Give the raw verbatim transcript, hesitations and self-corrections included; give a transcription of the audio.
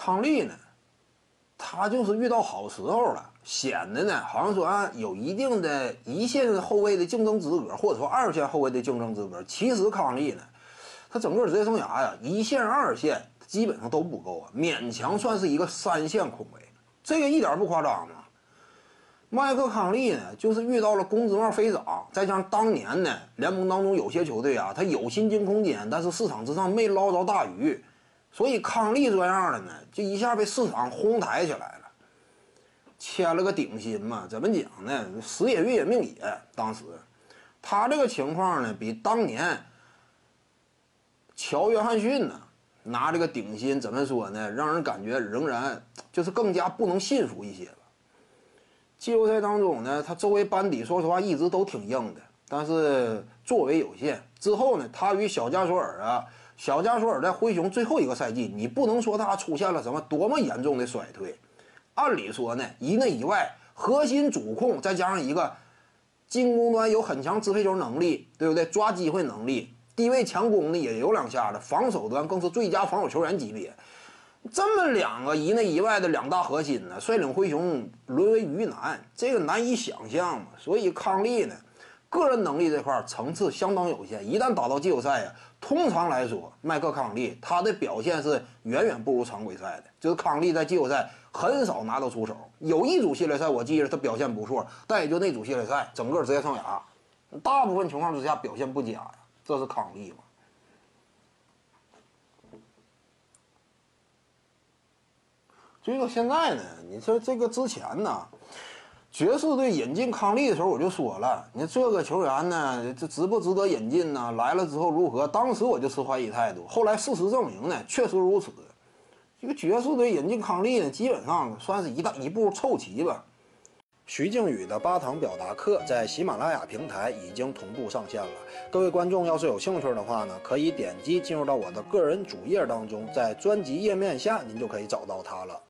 康利呢，他就是遇到好时候了，显得呢好像说啊有一定的一线后卫的竞争资格，或者说二线后卫的竞争资格。其实康利呢，他整个职业生涯呀，一线、二线基本上都不够啊，勉强算是一个三线控卫，这个一点不夸张啊。麦克康利呢，就是遇到了工资帽飞涨，再加上当年呢，联盟当中有些球队啊，他有薪金空间，但是市场之上没捞着大鱼，所以康利这样的呢，就一下被市场哄抬起来了，签了个顶薪嘛，怎么讲呢？时也月也命也，当时他这个情况呢，比当年乔约翰逊呢拿这个顶薪怎么说呢？让人感觉仍然就是更加不能信服一些了。季后赛当中呢，他周围班底说实话一直都挺硬的，但是作为有限。之后呢，他与小加索尔啊，小加索尔在灰熊最后一个赛季，你不能说他出现了什么多么严重的衰退。按理说呢，以内以外核心主控，再加上一个进攻端有很强支配球能力，对不对？抓机会能力，低位强攻呢也有两下子，防守端更是最佳防守球员级别。这么两个以内以外的两大核心呢，率领灰熊沦为鱼腩，这个难以想象嘛。所以康利呢，个人能力这块层次相当有限，一旦打到季后赛呀，通常来说，麦克康利他的表现是远远不如常规赛的。就是康利在季后赛很少拿得出手，有一组系列赛我记得他表现不错，但也就那组系列赛，整个职业生涯，大部分情况之下表现不佳呀，这是康利嘛。所以说现在呢，你说这个之前呢，爵士队引进康利的时候，我就说了，你这个球员呢，这值不值得引进呢？来了之后如何？当时我就持怀疑态度。后来事实证明呢，确实如此。这个爵士队引进康利呢，基本上算是一大一步凑齐吧。徐静宇的八堂表达课在喜马拉雅平台已经同步上线了。各位观众要是有兴趣的话呢，可以点击进入到我的个人主页当中，在专辑页面下您就可以找到它了。